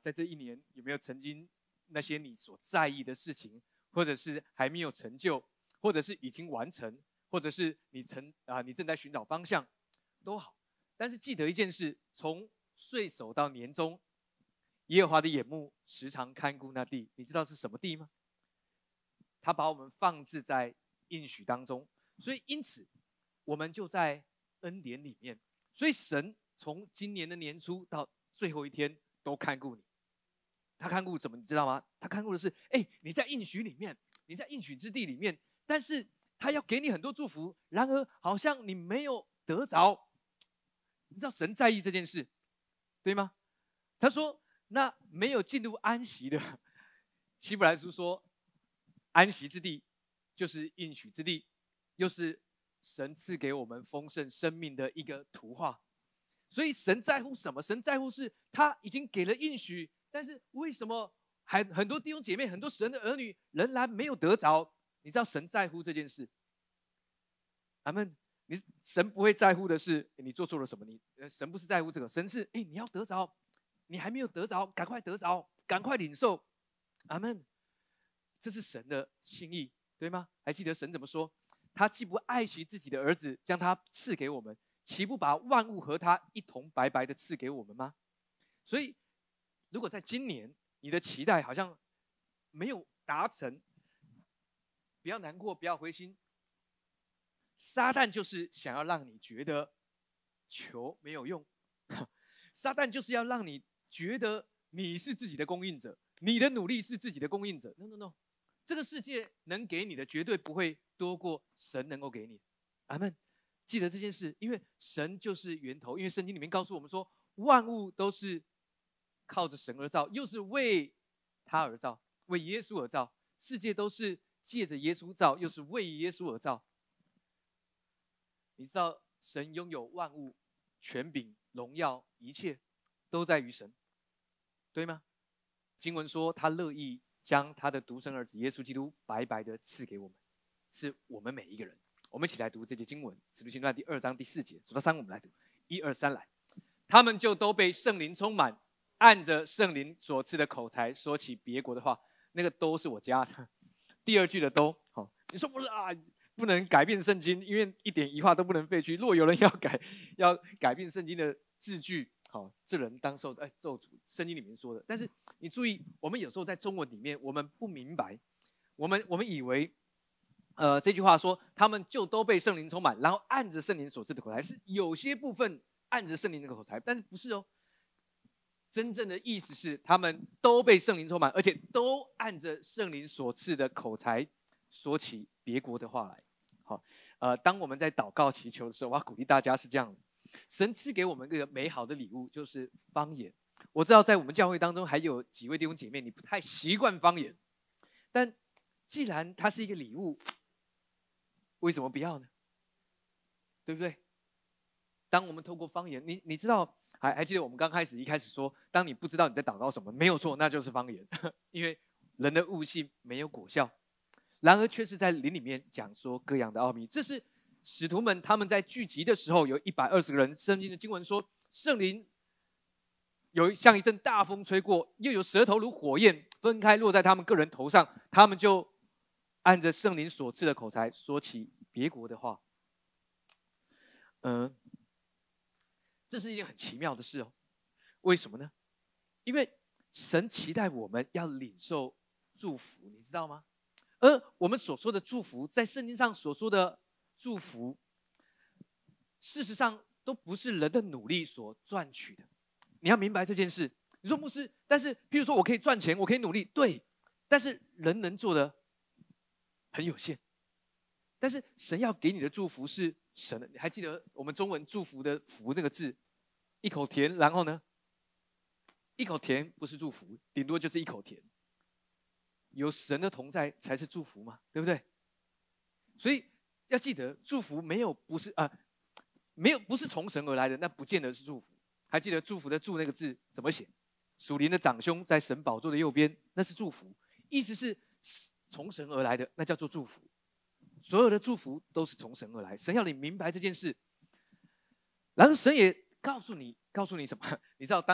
在这一年有没有曾经那些你所在意的事情，或者是还没有成就，或者是已经完成，或者是你正在寻找方向，都好。但是记得一件事：从岁首到年终，耶和华的眼目时常看顾那地。你知道是什么地吗？他把我们放置在应许当中，所以因此我们就在恩典里面。所以神从今年的年初到最后一天都看顾你。他看顾怎么你知道吗？他看顾的是，你在应许里面，你在应许之地里面，但是他要给你很多祝福，然而好像你没有得着。你知道神在意这件事，对吗？他说，那没有进入安息的，希伯来书说，安息之地就是应许之地，又是神赐给我们丰盛生命的一个图画。所以神在乎什么？神在乎是他已经给了应许，但是为什么很多弟兄姐妹、很多神的儿女仍然没有得着？你知道神在乎这件事。阿们。神不会在乎的是你做错了什么，神不是在乎这个，神是你要得着，你还没有得着，赶快得着，赶快领受。阿们。这是神的心意，对吗？还记得神怎么说？他既不爱惜自己的儿子，将他赐给我们，岂不把万物和他一同白白的赐给我们吗？所以如果在今年你的期待好像没有达成，不要难过，不要灰心。撒旦就是想要让你觉得求没有用，撒旦就是要让你觉得你是自己的供应者，你的努力是自己的供应者。 No， 这个世界能给你的绝对不会多过神能够给你。阿们。记得这件事，因为神就是源头，因为圣经里面告诉我们说，万物都是靠着神而造，又是为他而造，为耶稣而造，世界都是借着耶稣造，又是为耶稣而造。你知道神拥有万物、权柄、荣耀，一切都在于神，对吗？经文说他乐意将他的独生儿子耶稣基督白白的赐给我们，是我们每一个人。我们一起来读这节经文，使徒行传第2章第4节，数到3我们来读，1、2、3来。他们就都被圣灵充满，按着圣灵所赐的口才说起别国的话。那个都是我加的，第二句的都。你说不是啊？不能改变圣经，因为一点一画都不能废去。若有人要改变圣经的字句，这人当受咒诅。圣经里面说的。但是你注意，我们有时候在中文里面，我们不明白，我们以为，这句话说他们就都被圣灵充满，然后按着圣灵所赐的口才，是有些部分按着圣灵的口才，但是不是哦。真正的意思是他们都被圣灵充满，而且都按着圣灵所赐的口才说起别国的话来。好，当我们在祷告祈求的时候，我要鼓励大家是这样的：神赐给我们一个美好的礼物，就是方言。我知道在我们教会当中还有几位弟兄姐妹，你不太习惯方言，但既然它是一个礼物，为什么不要呢？对不对？当我们透过方言，你知道，还记得我们刚开始一开始说，当你不知道你在祷告什么，没有错，那就是方言，因为人的悟性没有果效。然而却是在灵里面讲说各样的奥秘。这是使徒们他们在聚集的时候，有120个人。圣经的经文说，圣灵有像一阵大风吹过，又有舌头如火焰分开落在他们个人头上，他们就按着圣灵所赐的口才说起别国的话。这是一件很奇妙的事哦。为什么呢？因为神期待我们要领受祝福，你知道吗？而我们所说的祝福，在圣经上所说的祝福，事实上都不是人的努力所赚取的。你要明白这件事。你说牧师，但是譬如说我可以赚钱，我可以努力，对，但是人能做的很有限。但是神要给你的祝福是神的。你还记得我们中文祝福的福那个字，一口甜，然后呢，一口甜不是祝福，顶多就是一口甜。有神的同在才是祝福嘛，对不对？所以要记得，祝福不是从神而来的，那不见得是祝福。还记得祝福的祝那个字怎么写？属灵的长兄在神宝座的右边，那是祝福，意思是从神而来的，那叫做祝福。所有的祝福都是从神而来，神要你明白这件事。然后神也告诉你什么？你知道，当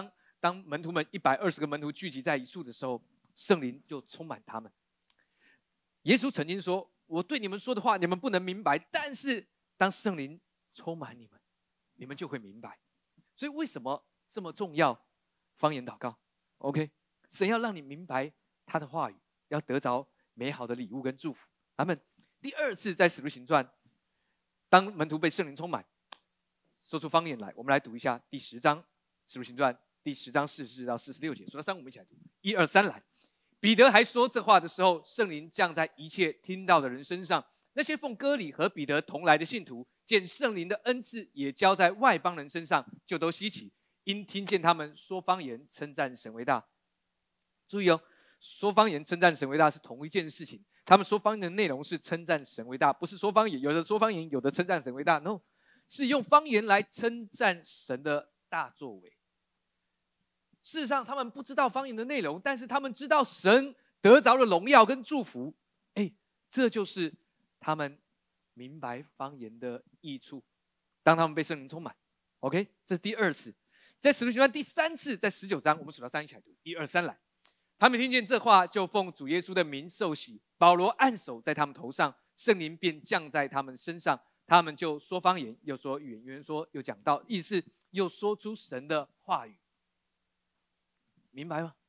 当门徒们120个门徒聚集在一处的时候，圣灵就充满他们。耶稣曾经说：“我对你们说的话，你们不能明白，但是当圣灵充满你们，你们就会明白。”所以为什么这么重要？方言祷告 ，OK， 神要让你明白他的话语，要得着美好的礼物跟祝福。阿们。第二次在使徒行传，当门徒被圣灵充满，说出方言来，我们来读一下第10章，使徒行传第10章44到46节。数到3，我们一起来读。1、2、3，来。彼得还说这话的时候，圣灵降在一切听到的人身上。那些奉割礼和彼得同来的信徒，见圣灵的恩赐也交在外邦人身上，就都稀奇，因听见他们说方言，称赞神为大。注意哦，说方言称赞神为大是同一件事情。他们说方言的内容是称赞神为大，不是说方言，有的说方言，有的称赞神为大。No， 是用方言来称赞神的大作为。事实上，他们不知道方言的内容，但是他们知道神得着了荣耀跟祝福。这就是他们明白方言的益处。当他们被圣灵充满 ，OK， 这是第二次。在使徒行传第3次，在19章，我们数到3一起来读。1、2、3，来。他们听见这话，就奉主耶稣的名受洗。保罗按手在他们头上，圣灵便降在他们身上，他们就说方言，又说语言，有人说又讲道，意思又说出神的话语。明白吗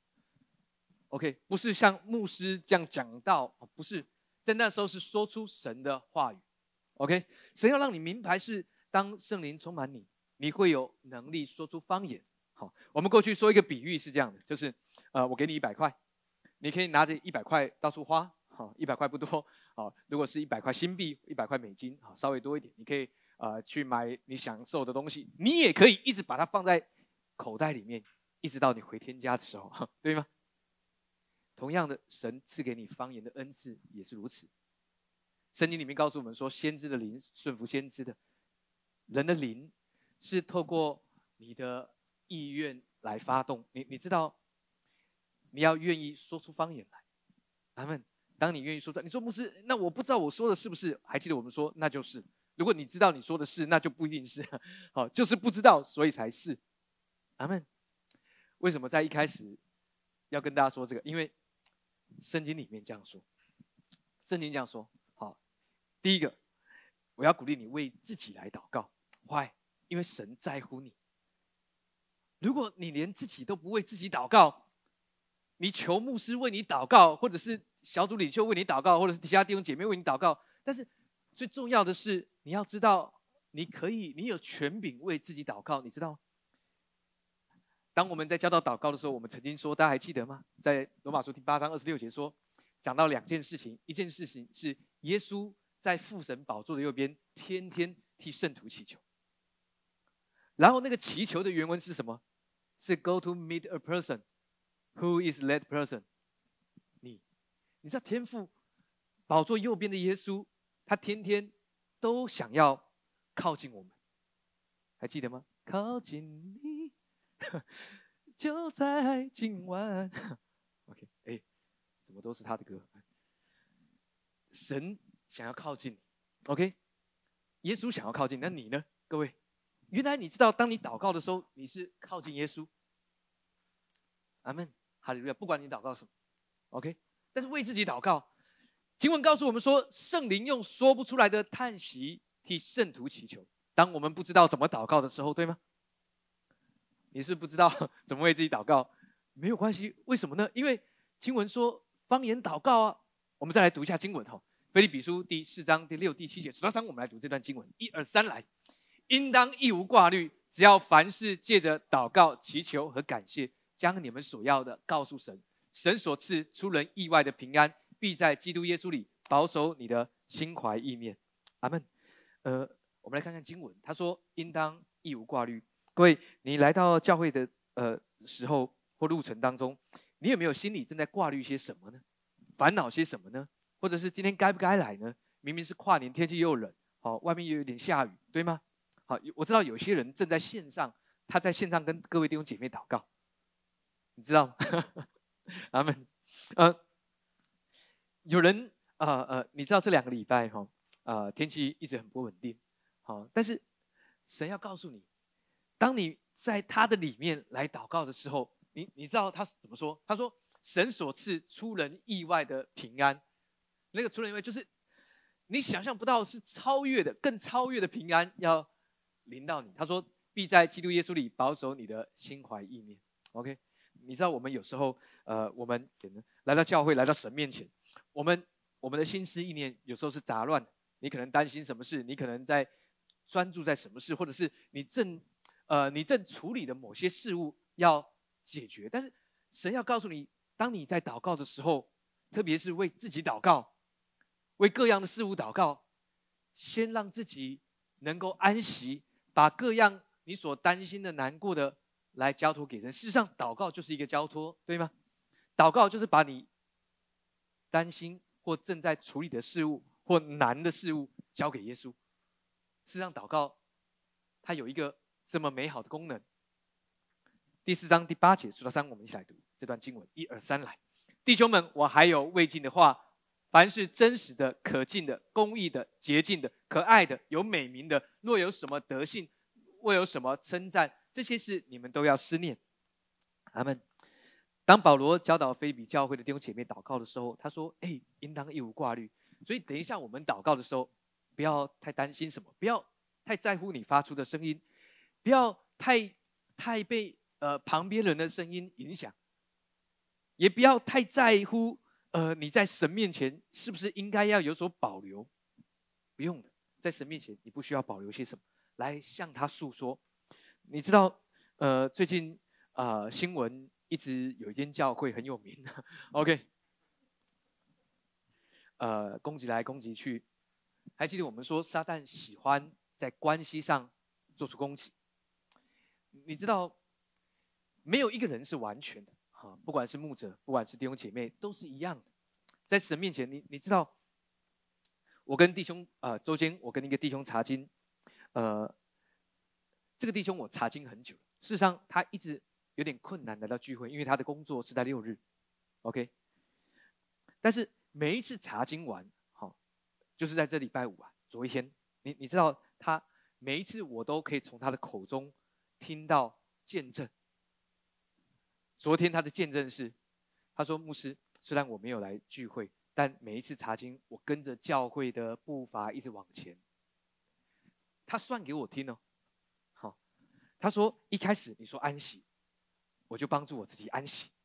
？OK， 不是像牧师这样讲道，不是，在那时候是说出神的话语。OK， 神要让你明白是当圣灵充满你，你会有能力说出方言。好，我们过去说一个比喻是这样的，就是我给你100块，你可以拿着100块到处花。好，100块不多。好，如果是100块新币、100块美金，好，稍微多一点，你可以去买你享受的东西。你也可以一直把它放在口袋里面，一直到你回天家的时候，对吗？同样的，神赐给你方言的恩赐也是如此。圣经里面告诉我们说，先知的灵顺服先知的，人的灵是透过你的意愿来发动。你知道，你要愿意说出方言来。阿们。当你愿意说出，你说牧师，那我不知道我说的是不是？还记得我们说，那就是。如果你知道你说的是，那就不一定是。好，就是不知道，所以才是。阿们。为什么在一开始要跟大家说这个？因为圣经里面这样说，圣经这样说。好，第一个，我要鼓励你为自己来祷告。Why？ 因为神在乎你。如果你连自己都不为自己祷告，你求牧师为你祷告，或者是小组领袖为你祷告，或者是其他弟兄姐妹为你祷告，但是最重要的是，你要知道，你有权柄为自己祷告，你知道吗？当我们在教导祷告的时候，我们曾经说，大家还记得吗？在罗马书第8章26节说，讲到2件事情，一件事情是耶稣在父神宝座的右边，天天替圣徒祈求。然后那个祈求的原文是什么？是 go to meet a person who is that person。你知道天父宝座右边的耶稣，他天天都想要靠近我们，还记得吗？靠近你。就在今晚。OK， 怎么都是他的歌？神想要靠近你 ，OK， 耶稣想要靠近，那你呢？各位，原来你知道，当你祷告的时候，你是靠近耶稣。阿们，哈利路亚！不管你祷告什么 ，OK， 但是为自己祷告。经文告诉我们说，圣灵用说不出来的叹息替圣徒祈求。当我们不知道怎么祷告的时候，对吗？你是不知道怎么为自己祷告，没有关系。为什么呢？因为经文说方言祷告啊。我们再来读一下经文哈，腓立比书第4章第6、第7节，数到3，我们来读这段经文。1、2、3，来。应当一无挂虑，只要凡事借着祷告、祈求和感谢，将你们所要的告诉神。神所赐出人意外的平安，必在基督耶稣里保守你的心怀意念。阿们。我们来看看经文，他说应当一无挂虑。各位，你来到教会的时候或路程当中，你有没有心里正在挂虑些什么呢？烦恼些什么呢？或者是今天该不该来呢？明明是跨年，天气又冷，好，外面又有点下雨，对吗？好，我知道有些人正在线上，他在线上跟各位弟兄姐妹祷告，你知道吗？阿们。有人你知道这2个礼拜天气一直很不稳定，好，但是神要告诉你。 当你在他的里面来祷告的时候，你知道他怎么说？他说：“神所赐出人意外的平安。”那个出人意外就是你想象不到，是超越的、更超越的平安要临到你。他说：“必在基督耶稣里保守你的心怀意念。” OK， 你知道我们有时候，我们来到教会，来到神面前，我们的心思意念有时候是杂乱的。你可能担心什么事，你可能在专注在什么事，或者是你正处理的某些事物要解决。但是神要告诉你，当你在祷告的时候，特别是为自己祷告，为各样的事物祷告，先让自己能够安息，把各样你所担心的、难过的来交托给神。事实上，祷告就是一个交托，对吗？祷告就是把你担心或正在处理的事物或难的事物交给耶稣。事实上，祷告它有一个这么美好的功能。第4章第8节数到3，我们一起来读这段经文，1、2、3来。弟兄们，我还有未尽的话，凡是真实的、可敬的、公义的、洁净的、可爱的、有美名的，若有什么德性，若有什么称赞，这些事你们都要思念。阿们。当保罗教导腓立比教会的弟兄姐妹祷告的时候，他说：“应当一无挂虑。”所以等一下我们祷告的时候，不要太担心什么，不要太在乎你发出的声音，不要太被旁边人的声音影响，也不要太在乎你在神面前是不是应该要有所保留。不用的，在神面前你不需要保留些什么，来向他诉说。你知道最近新闻一直有一间教会很有名的，OK， 攻击来攻击去。还记得我们说撒旦喜欢在关系上做出攻击。你知道没有一个人是完全的，不管是牧者，不管是弟兄姐妹，都是一样的。在神面前，你知道，我跟弟兄周间我跟一个弟兄查经，这个弟兄我查经很久，事实上他一直有点困难来到聚会，因为他的工作是在6日 ，OK。但是每一次查经完，就是在这礼拜5昨天，你知道他每一次我都可以从他的口中听到见证。昨天他的见证是，他说：“牧师，虽然我没有来聚会，但每一次查经，我跟着教会的步伐一直往前。”他算给我听哦。好，他说一开始你说安息，我就帮助我自己安息。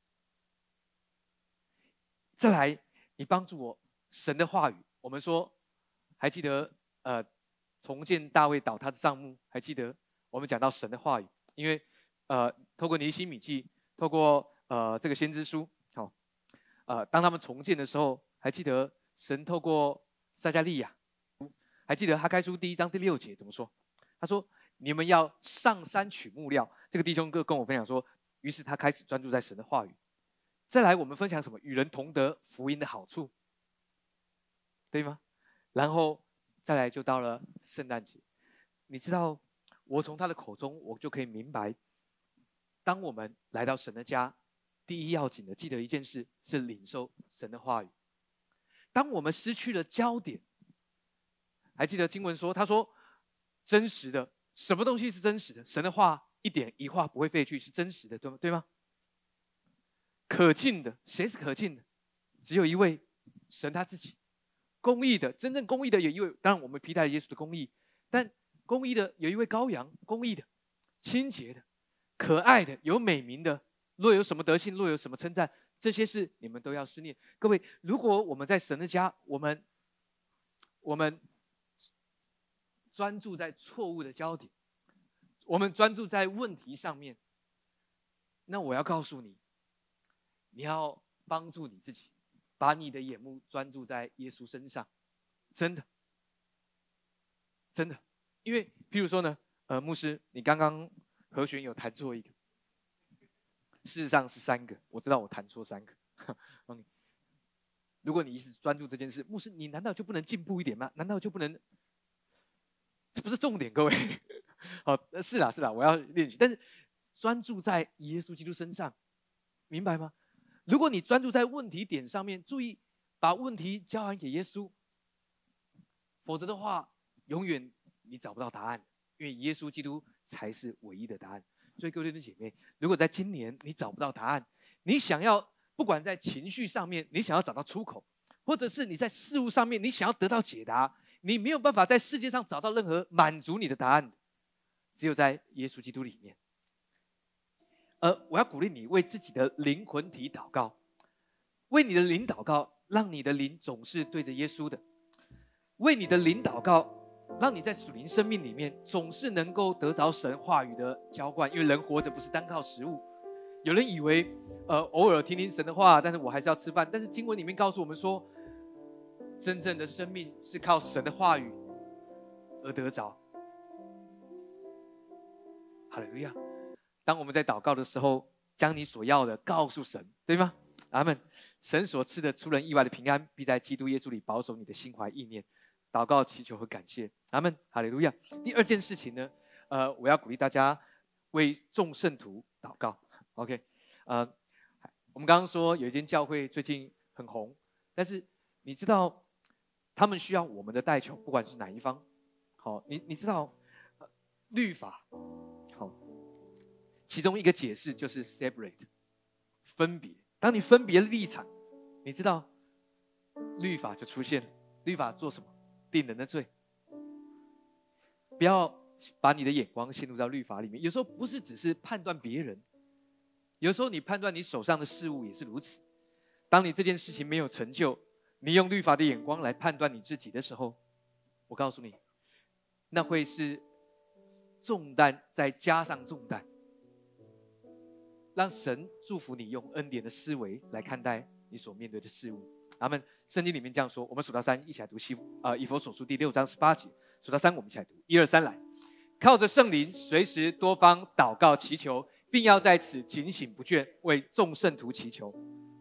再来，你帮助我神的话语。我们说，还记得重建大卫倒塌的帐幕，还记得我们讲到神的话语，因为透过尼希米记，透过这个先知书，当他们重建的时候，还记得神透过撒迦利亚，还记得哈该书第1章第6节怎么说？他说：“你们要上山取木料。”这个弟兄哥跟我分享说，于是他开始专注在神的话语。再来，我们分享什么？与人同得福音的好处，对吗？然后再来就到了圣诞节。你知道，我从他的口中，我就可以明白，当我们来到神的家，第一要紧的，记得一件事，是领受神的话语。当我们失去了焦点，还记得经文说，他说真实的，什么东西是真实的？神的话一点一画不会废去，是真实的，对吗？可敬的，谁是可敬的？只有一位，神他自己。公义的，真正公义的有一位，当然我们披戴耶稣的公义，但公义的有一位羔羊，公义的、清洁的、可爱的、有美名的。若有什么德性，若有什么称赞，这些事你们都要思念。各位，如果我们在神的家，我们专注在错误的焦点，我们专注在问题上面，那我要告诉你，你要帮助你自己，把你的眼目专注在耶稣身上，真的，真的。因为譬如说呢，牧师，你刚刚和弦有弹错一个，事实上是3个，我知道我弹错3个。如果你一直专注这件事，牧师，你难道就不能进步一点吗？难道就不能？这不是重点，各位。好，是啦，我要练习，但是专注在耶稣基督身上，明白吗？如果你专注在问题点上面，注意把问题交还给耶稣，否则的话，永远你找不到答案，因为耶稣基督才是唯一的答案。所以各位弟兄姐妹，如果在今年你找不到答案，你想要不管在情绪上面你想要找到出口，或者是你在事物上面你想要得到解答，你没有办法在世界上找到任何满足你的答案，只有在耶稣基督里面。我要鼓励你为自己的灵魂体祷告，为你的灵祷告，让你的灵总是对着耶稣的；为你的灵祷告，让你在属灵生命里面总是能够得着神话语的浇灌。因为人活着不是单靠食物。有人以为偶尔听听神的话，但是我还是要吃饭。但是经文里面告诉我们说，真正的生命是靠神的话语而得着。哈利路亚！当我们在祷告的时候，将你所要的告诉神，对吗？阿们。神所赐的出人意外的平安，必在基督耶稣里保守你的心怀意念。祷告、祈求和感谢，阿们。哈利路亚！第二件事情呢，我要鼓励大家为众圣徒祷告。OK， 我们刚刚说有一间教会最近很红，但是你知道他们需要我们的代求，不管是哪一方。好，你知道律法，好，其中一个解释就是 separate， 分别。当你分别立场，你知道律法就出现了。律法做什么？定人的罪。不要把你的眼光陷入到律法里面。有时候不是只是判断别人，有时候你判断你手上的事物也是如此。当你这件事情没有成就，你用律法的眼光来判断你自己的时候，我告诉你，那会是重担再加上重担。让神祝福你用恩典的思维来看待你所面对的事物。阿们。圣经里面这样说，我们数到3，一起来读以弗所书第6章18节。数到3，我们一起来读，1、2、3，来。靠着圣灵，随时多方祷告祈求，并要在此警醒不倦，为众圣徒祈求。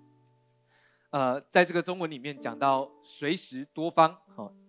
在这个中文里面讲到随时多方，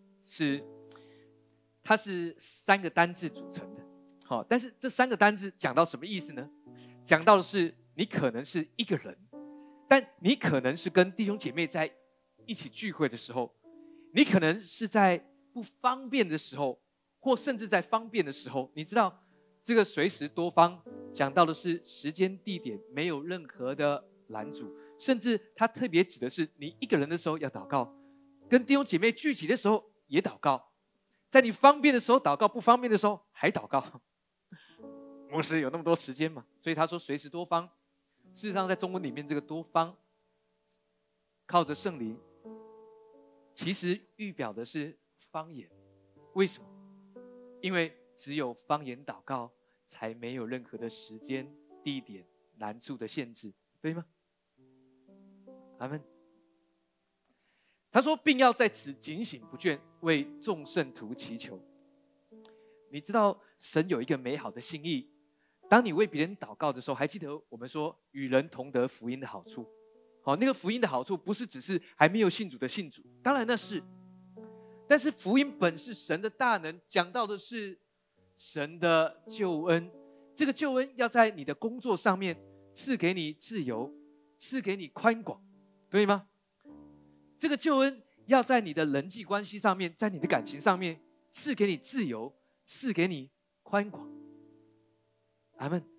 它是3个单字组成的。但是这3个单字讲到什么意思呢？讲到的是你可能是一个人，但你可能是跟弟兄姐妹在一起聚会的时候，你可能是在不方便的时候，或甚至在方便的时候。你知道这个随时多方讲到的是时间地点没有任何的拦阻，甚至它特别指的是你一个人的时候要祷告，跟弟兄姐妹聚集的时候也祷告，在你方便的时候祷告，不方便的时候还祷告。牧师有那么多时间嘛？所以他说随时多方。事实上在中文里面，这个多方靠着圣灵，其实预表的是方言。为什么？因为只有方言祷告，才没有任何的时间、地点、难处的限制，对吗？阿们。他说，并要在此警醒不倦，为众圣徒祈求。你知道神有一个美好的心意，当你为别人祷告的时候，还记得我们说与人同得福音的好处。那个福音的好处不是只是还没有信主的信主，当然那是，但是福音本是神的大能，讲到的是神的救恩。这个救恩要在你的工作上面赐给你自由，赐给你宽广，对吗？这个救恩要在你的人际关系上面，在你的感情上面赐给你自由，赐给你宽广。阿们。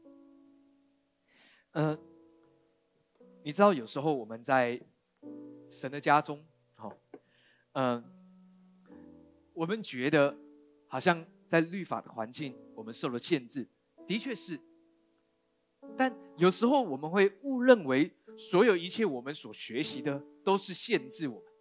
你知道有时候我们在神的家中，我们觉得好像在律法的环境我们受了限制，的确是，但有时候我们会误认为所有一切我们所学习的都是限制我们。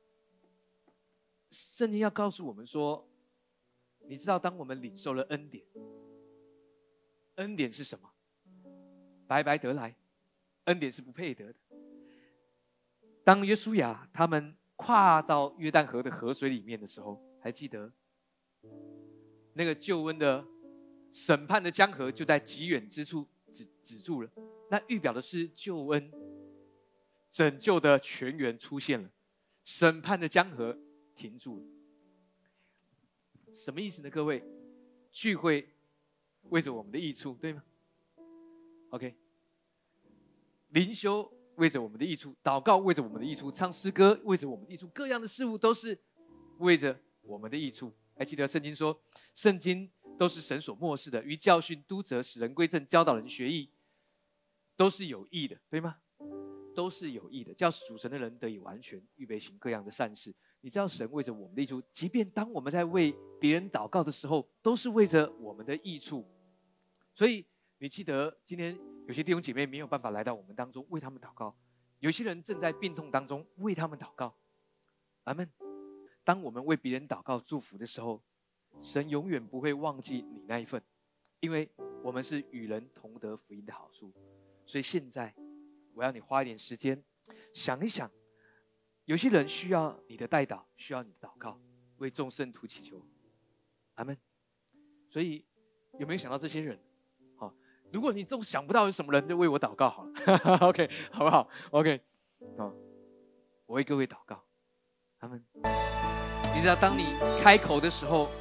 圣经要告诉我们说，你知道当我们领受了恩典，恩典是什么？白白得来，恩典是不配得的。当约书亚他们跨到约旦河的河水里面的时候，还记得那个救恩的审判的江河就在极远之处止住了。那预表的是救恩拯救的泉源出现了，审判的江河停住了。什么意思呢？各位，聚会为着我们的益处，对吗 ？OK， 灵修为着我们的益处，祷告为着我们的益处，唱诗歌为着我们的益处，各样的事物都是为着我们的益处。还记得圣经说，圣经都是神所默示的，于教训、督责、使人归正、教导人学义，都是有益的，对吗？都是有益的，叫属神的人得以完全，预备行各样的善事。你知道神为着我们的益处，即便当我们在为别人祷告的时候，都是为着我们的益处。所以你记得今天有些弟兄姐妹没有办法来到我们当中，为他们祷告；有些人正在病痛当中，为他们祷告。阿们。当我们为别人祷告祝福的时候，神永远不会忘记你那一份，因为我们是与人同得福音的好处。所以现在我要你花一点时间想一想，有些人需要你的代祷，需要你的祷告，为众圣徒祈求。阿们。所以有没有想到这些人？如果你总想不到有什么人，就为我祷告好了OK 好不好 OK 我为各位祷告。阿们。你知道当你开口的时候，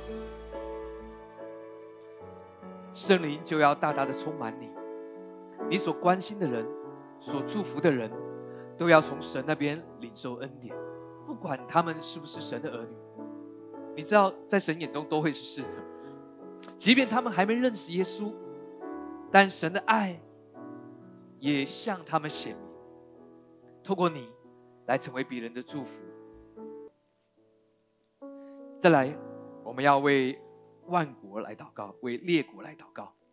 圣灵就要大大的充满你，你所关心的人，所祝福的人，都要从神那边领受恩典，不管他们是不是神的儿女。你知道在神眼中都会是是的，即便他们还没认识耶稣，但神的爱也向他们显明，透过你来成为别人的祝福。再来，我们要为万国来祷告，为列国来祷告。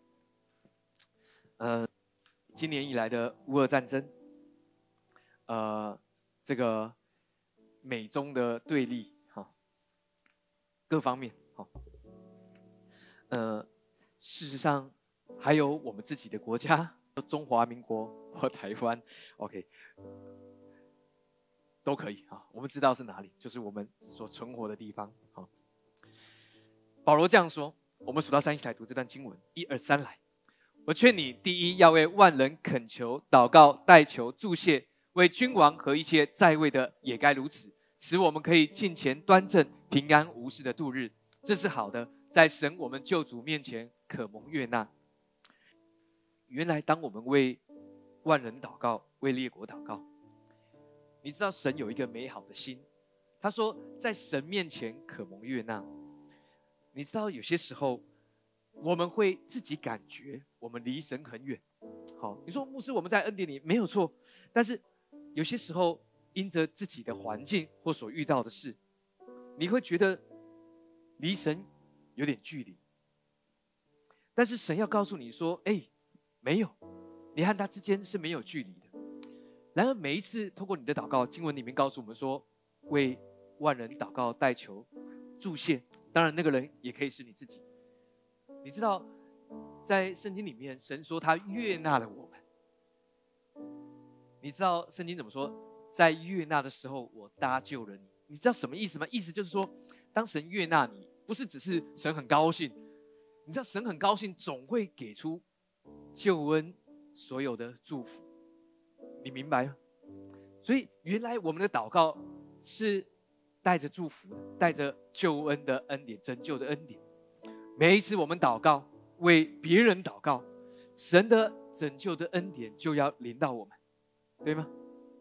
今年以来的乌俄战争，这个美中的对立，各方面，事实上还有我们自己的国家，中华民国或台湾 ，OK， 都可以啊。我们知道是哪里，就是我们所存活的地方。保罗这样说，我们数到3一起来读这段经文，1、2、3来。我劝你，第一要为万人恳求、祷告、代求、祝谢，为君王和一切在位的也该如此，使我们可以敬虔端正、平安无事的度日。这是好的，在神我们救主面前可蒙悦纳。原来当我们为万人祷告，为列国祷告，你知道神有一个美好的心，他说在神面前可蒙悦纳。你知道有些时候我们会自己感觉我们离神很远。好，你说牧师我们在恩典里没有错，但是有些时候因着自己的环境或所遇到的事，你会觉得离神有点距离。但是神要告诉你说，没有，你和他之间是没有距离的。然而每一次透过你的祷告，经文里面告诉我们说，为万人祷告、代求、祝谢，当然那个人也可以是你自己。你知道在圣经里面神说他悦纳了我们，你知道圣经怎么说？在悦纳的时候我搭救了你。你知道什么意思吗？意思就是说，当神悦纳你，不是只是神很高兴，你知道神很高兴总会给出救恩所有的祝福，你明白吗？所以原来我们的祷告是带着祝福的，带着救恩的恩典、拯救的恩典。每一次我们祷告，为别人祷告，神的拯救的恩典就要临到我们，对吗？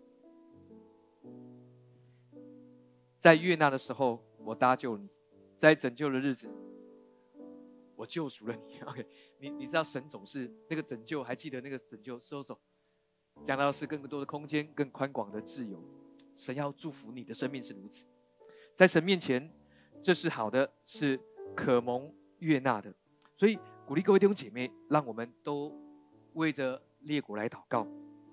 在悦纳的时候我搭救你，在拯救的日子我救赎了你。 OK， 你知道神总是那个拯救，还记得那个拯救收手讲到的是更多的空间，更宽广的自由。神要祝福你的生命是如此，在神面前这是好的，是可蒙悦纳的。所以鼓励各位弟兄姐妹，让我们都为着列国来祷告。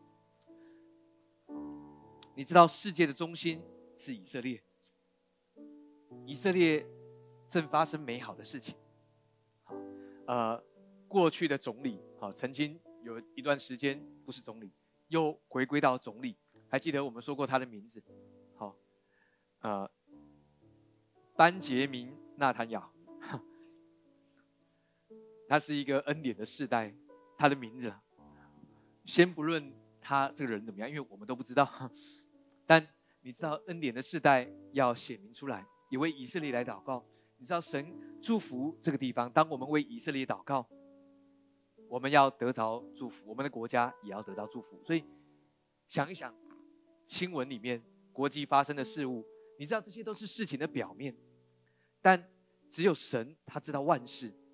你知道世界的中心是以色列，以色列正发生美好的事情。过去的总理曾经有一段时间不是总理，又回归到总理，还记得我们说过他的名字，班杰明·纳坦雅胡。他是一个恩典的世代，他的名字先不论他这个人怎么样，因为我们都不知道，但你知道恩典的世代要显明出来，也为以色列来祷告。你知道神祝福这个地方，当我们为以色列祷告，我们要得着祝福，我们的国家也要得到祝福。所以想一想新闻里面国际发生的事物，你知道这些都是事情的表面，但只有神他知道万事，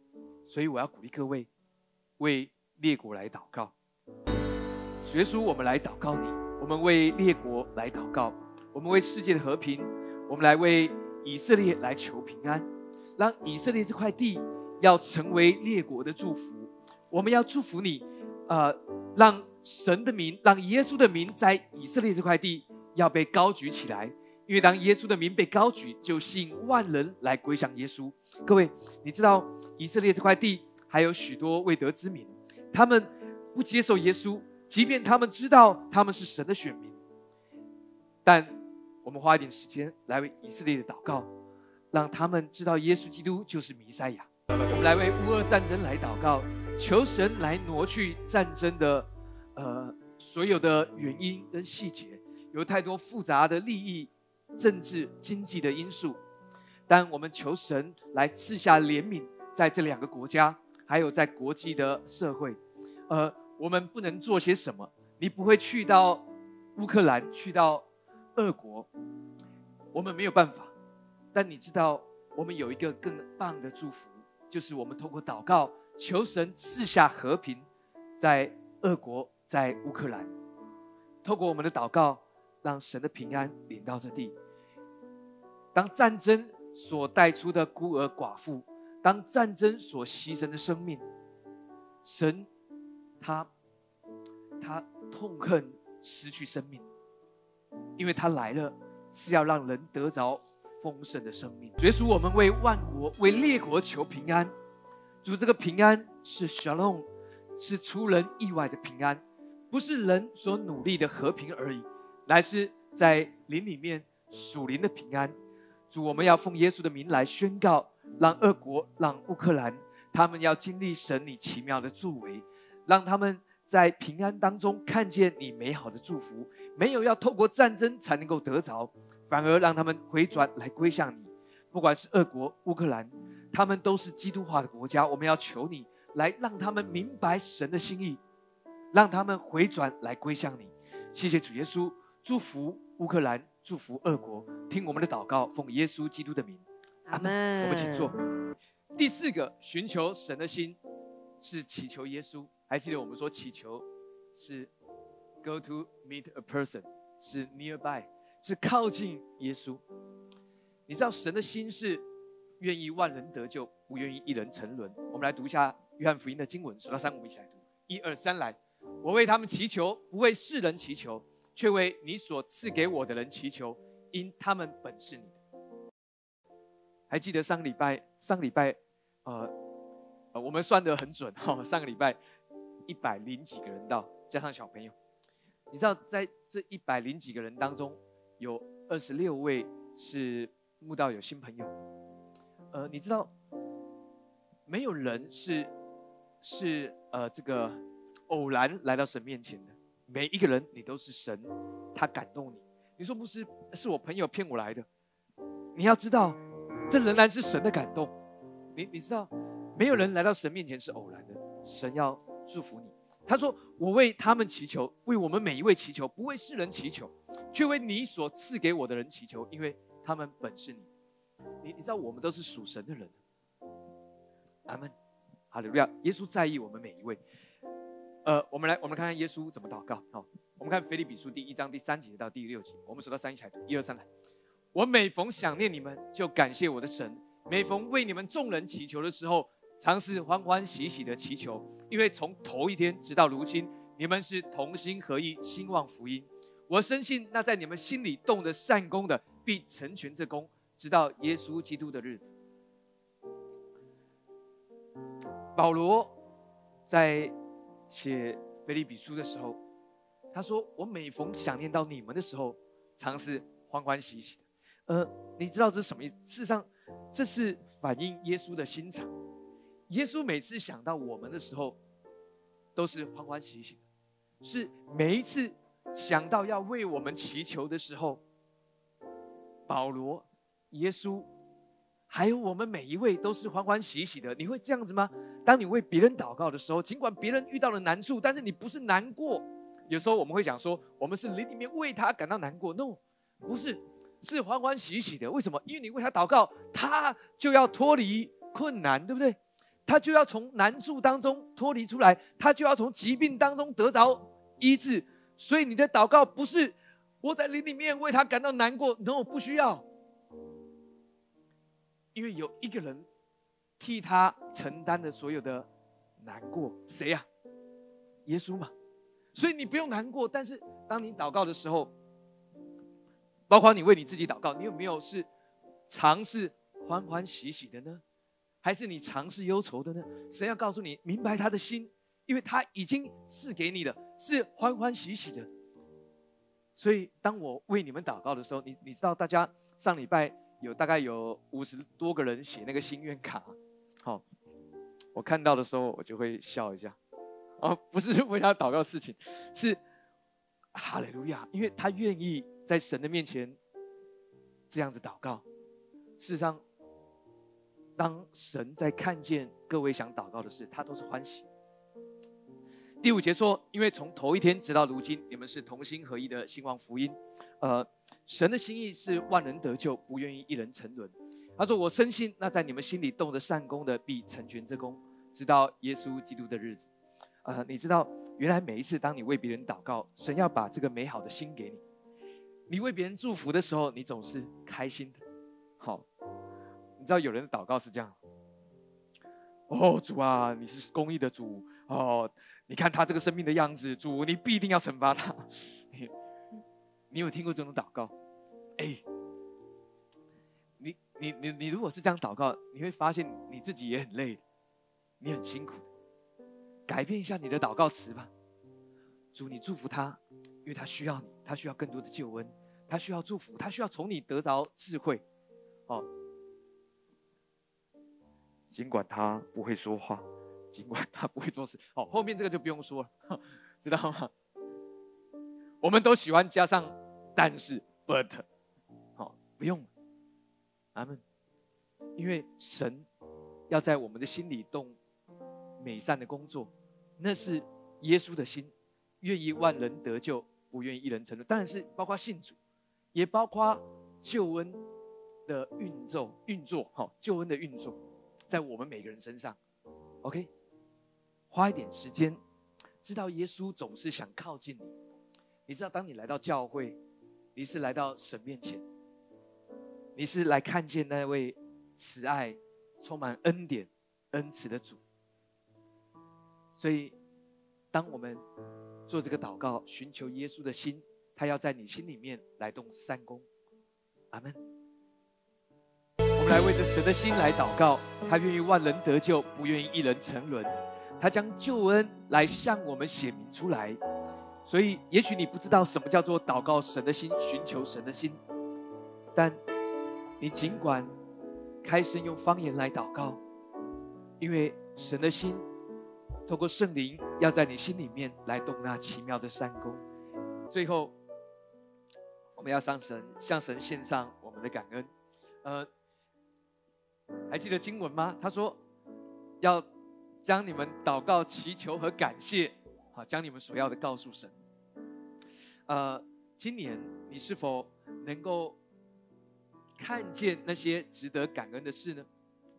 所以我要鼓励各位为列国来祷告。主耶稣，我们来祷告你，我们为列国来祷告，我们为世界的和平，我们来为以色列来求平安，让以色列这块地要成为列国的祝福。我们要祝福你，让神的名，让耶稣的名在以色列这块地要被高举起来，因为当耶稣的名被高举，就吸引万人来归向耶稣。各位，你知道以色列这块地还有许多未得之民，他们不接受耶稣，即便他们知道他们是神的选民，但我们花一点时间来为以色列的祷告，让他们知道耶稣基督就是弥赛亚。我们来为乌俄战争来祷告，求神来挪去战争的所有的原因跟细节，有太多复杂的利益、政治、经济的因素，但我们求神来赐下怜悯，在这两个国家，还有在国际的社会。我们不能做些什么？你不会去到乌克兰，去到俄国，我们没有办法。但你知道，我们有一个更棒的祝福，就是我们透过祷告，求神赐下和平，在俄国，在乌克兰。透过我们的祷告，让神的平安临到这地。当战争所带出的孤儿寡妇，当战争所牺牲的生命，神他痛恨失去生命，因为他来了是要让人得着丰盛的生命。耶稣，我们为万国、为列国求平安。主，这个平安是 Shalom， 是出人意外的平安，不是人所努力的和平而已，乃是在灵里面属灵的平安。主，我们要奉耶稣的名来宣告，让俄国、让乌克兰，他们要经历神你奇妙的作为，让他们在平安当中看见你美好的祝福，没有要透过战争才能够得着，反而让他们回转来归向你。不管是俄国、乌克兰，他们都是基督化的国家，我们要求你来让他们明白神的心意，让他们回转来归向你。谢谢主耶稣，祝福乌克兰，祝福俄国，听我们的祷告，奉耶稣基督的名， 阿们。 我们请坐。第四个，寻求神的心是祈求耶稣。还记得我们说祈求是 go to meet a person， 是 nearby， 是靠近耶稣。你知道神的心是愿意万人得救，不愿意一人沉沦。我们来读一下约翰福音的经文，数到3，我们一起来读。1、2、3，来！我为他们祈求，不为世人祈求，却为你所赐给我的人祈求，因他们本是你的。还记得上个礼拜，我们算得很准哈。上个礼拜100几个人到，加上小朋友。你知道，在这100几个人当中，有26位是慕道有新朋友。你知道，没有人是这个偶然来到神面前的，每一个人你都是神，他感动你。你说不是，是我朋友骗我来的。你要知道，这仍然是神的感动。你知道，没有人来到神面前是偶然的，神要祝福你。他说：“我为他们祈求，为我们每一位祈求，不为世人祈求，却为你所赐给我的人祈求，因为他们本是你。”你知道，我们都是属神的人。阿们，哈利路亚！耶稣在意我们每一位。我们来看看耶稣怎么祷告。好，我们看腓立比书第1章第3节到第6节，我们数到3一起来读。1、2、3，来！我每逢想念你们，就感谢我的神；每逢为你们众人祈求的时候，常是欢欢喜喜的祈求，因为从头一天直到如今，你们是同心合意，兴旺福音。我深信那在你们心里动的善功的，必成全这功，直到耶稣基督的日子。保罗在写腓立比书的时候，他说：“我每逢想念到你们的时候，常是欢欢喜喜的。”你知道这是什么意思？事实上，这是反映耶稣的心肠。耶稣每次想到我们的时候，都是欢欢喜喜的，是每一次想到要为我们祈求的时候，保罗、耶稣，还有我们每一位都是欢欢喜喜的。你会这样子吗？当你为别人祷告的时候，尽管别人遇到了难处，但是你不是难过。有时候我们会讲说，我们是灵里面为他感到难过。No， 不是，是欢欢喜喜的。为什么？因为你为他祷告，他就要脱离困难，对不对？ 他就要从难处当中脱离出来，他就要从疾病当中得着医治。所以你的祷告不是我在灵里面为他感到难过 ，no， 不需要，因为有一个人替他承担了所有的难过，谁呀？耶稣嘛。所以你不用难过，但是当你祷告的时候，包括你为你自己祷告，你有没有是尝试欢欢喜喜的呢？还是你尝试忧愁的呢？神要告诉你，明白他的心，因为他已经赐给你的是欢欢喜喜的。所以当我为你们祷告的时候，你知道大家上礼拜大概有50多个人写那个心愿卡，好，我看到的时候我就会笑一下。不是为他祷告的事情，是哈利路亚，因为他愿意在神的面前这样子祷告。事实上，当神在看见各位想祷告的事，他都是欢喜。第5节说，因为从头一天直到如今，你们是同心合一的兴旺福音。神的心意是万人得救，不愿意一人沉沦。他说：“我深信，那在你们心里动的善功的，必成全这功，直到耶稣基督的日子。”你知道，原来每一次当你为别人祷告，神要把这个美好的心给你。你为别人祝福的时候，你总是开心的。好，你知道有人的祷告是这样：主啊，你是公义的主你看他这个生命的样子，主你必定要惩罚他。你有听过这种祷告？你如果是这样祷告，你会发现你自己也很累，你很辛苦。改变一下你的祷告词吧。主，你祝福他，因为他需要你，他需要更多的救恩，他需要祝福，他需要从你得着智慧。尽管他不会说话，尽管他不会做事，后面这个就不用说了，知道吗？我们都喜欢加上但是 but， 不用，阿们。因为神要在我们的心里动美善的工作。那是耶稣的心，愿意万人得救，不愿意一人沉沦。当然是包括信主，也包括救恩的运作，救恩的运作，在我们每个人身上。OK， 花一点时间，知道耶稣总是想靠近你。你知道，当你来到教会，你是来到神面前，你是来看见那位慈爱、充满恩典、恩慈的主。所以当我们做这个祷告，寻求耶稣的心，他要在你心里面来动善功。阿们。我们来为着神的心来祷告，他愿意万人得救，不愿意一人沉沦。他将救恩来向我们显明出来。所以也许你不知道什么叫做祷告神的心，寻求神的心，但你尽管开声用方言来祷告，因为神的心透过圣灵要在你心里面来动那奇妙的善功。最后我们要向神献上我们的感恩。还记得经文吗？他说要将你们祷告、祈求和感谢，将你们所要的告诉神。今年你是否能够看见那些值得感恩的事呢？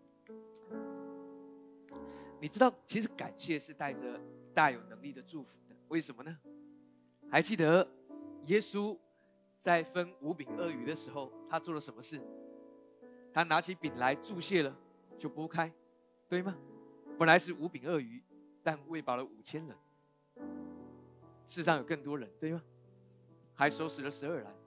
你知道，其实感谢是带着大有能力的祝福的。为什么呢？还记得耶稣在分5饼2鱼的时候，他做了什么事？他拿起饼来祝谢了，就拨开，对吗？本来是5饼2鱼，但喂饱了5000人。世上有更多人，对吗？还收拾了12篮。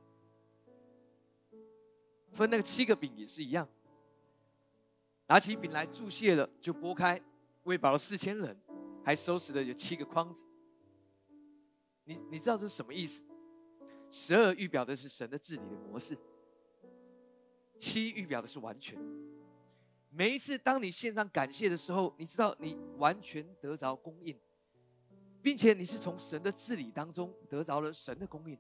分那个7个饼也是一样，拿起饼来祝谢了，就拨开，喂饱了4000人，还收拾了有7个筐子。你知道这是什么意思？12预表的是神的治理的模式，7预表的是完全。每一次当你献上感谢的时候，你知道你完全得着供应，并且你是从神的治理当中得着了神的供应，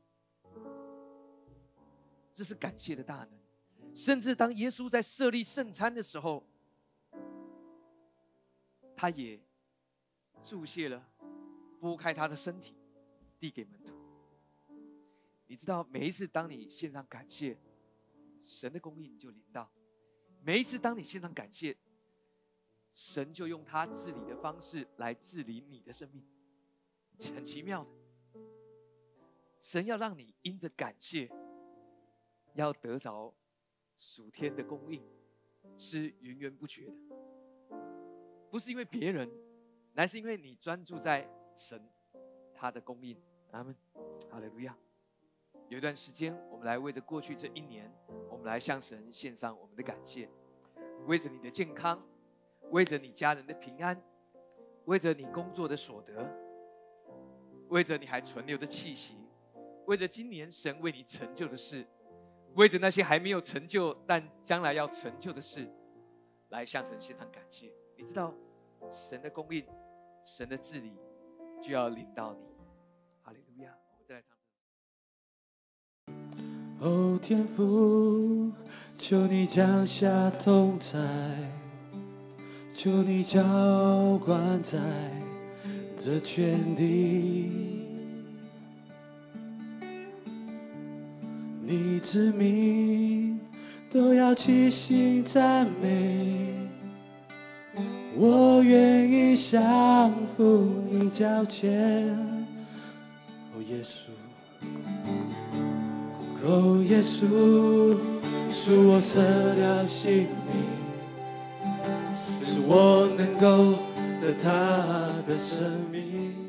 这是感谢的大能。甚至当耶稣在设立圣餐的时候，他也祝谢了，拨开他的身体递给门徒。你知道，每一次当你献上感谢，神的供应就临到；每一次当你献上感谢， 神就用他治理的方式来治理你的生命，很奇妙的。神要让你因着感谢，要得着属天的供应，是源源不绝的，不是因为别人，乃是因为你专注在神他的供应。阿们，哈利路亚。有一段时间，我们来为着过去这1年，我们来向神献上我们的感谢，为着你的健康，为着你家人的平安，为着你工作的所得，为着你还存留的气息，为着今年神为你成就的事，为着那些还没有成就但将来要成就的事，来向神献上感谢。你知道神的供应，神的治理就要临到你。哈利路亚。我们再来唱。 哦，天父，求你降下同在，求你浇灌在这全地，你之名都要齐心赞美，我愿意降服你脚前。哦，耶稣。哦，耶稣，属我舍了性命，使我能够得他的生命。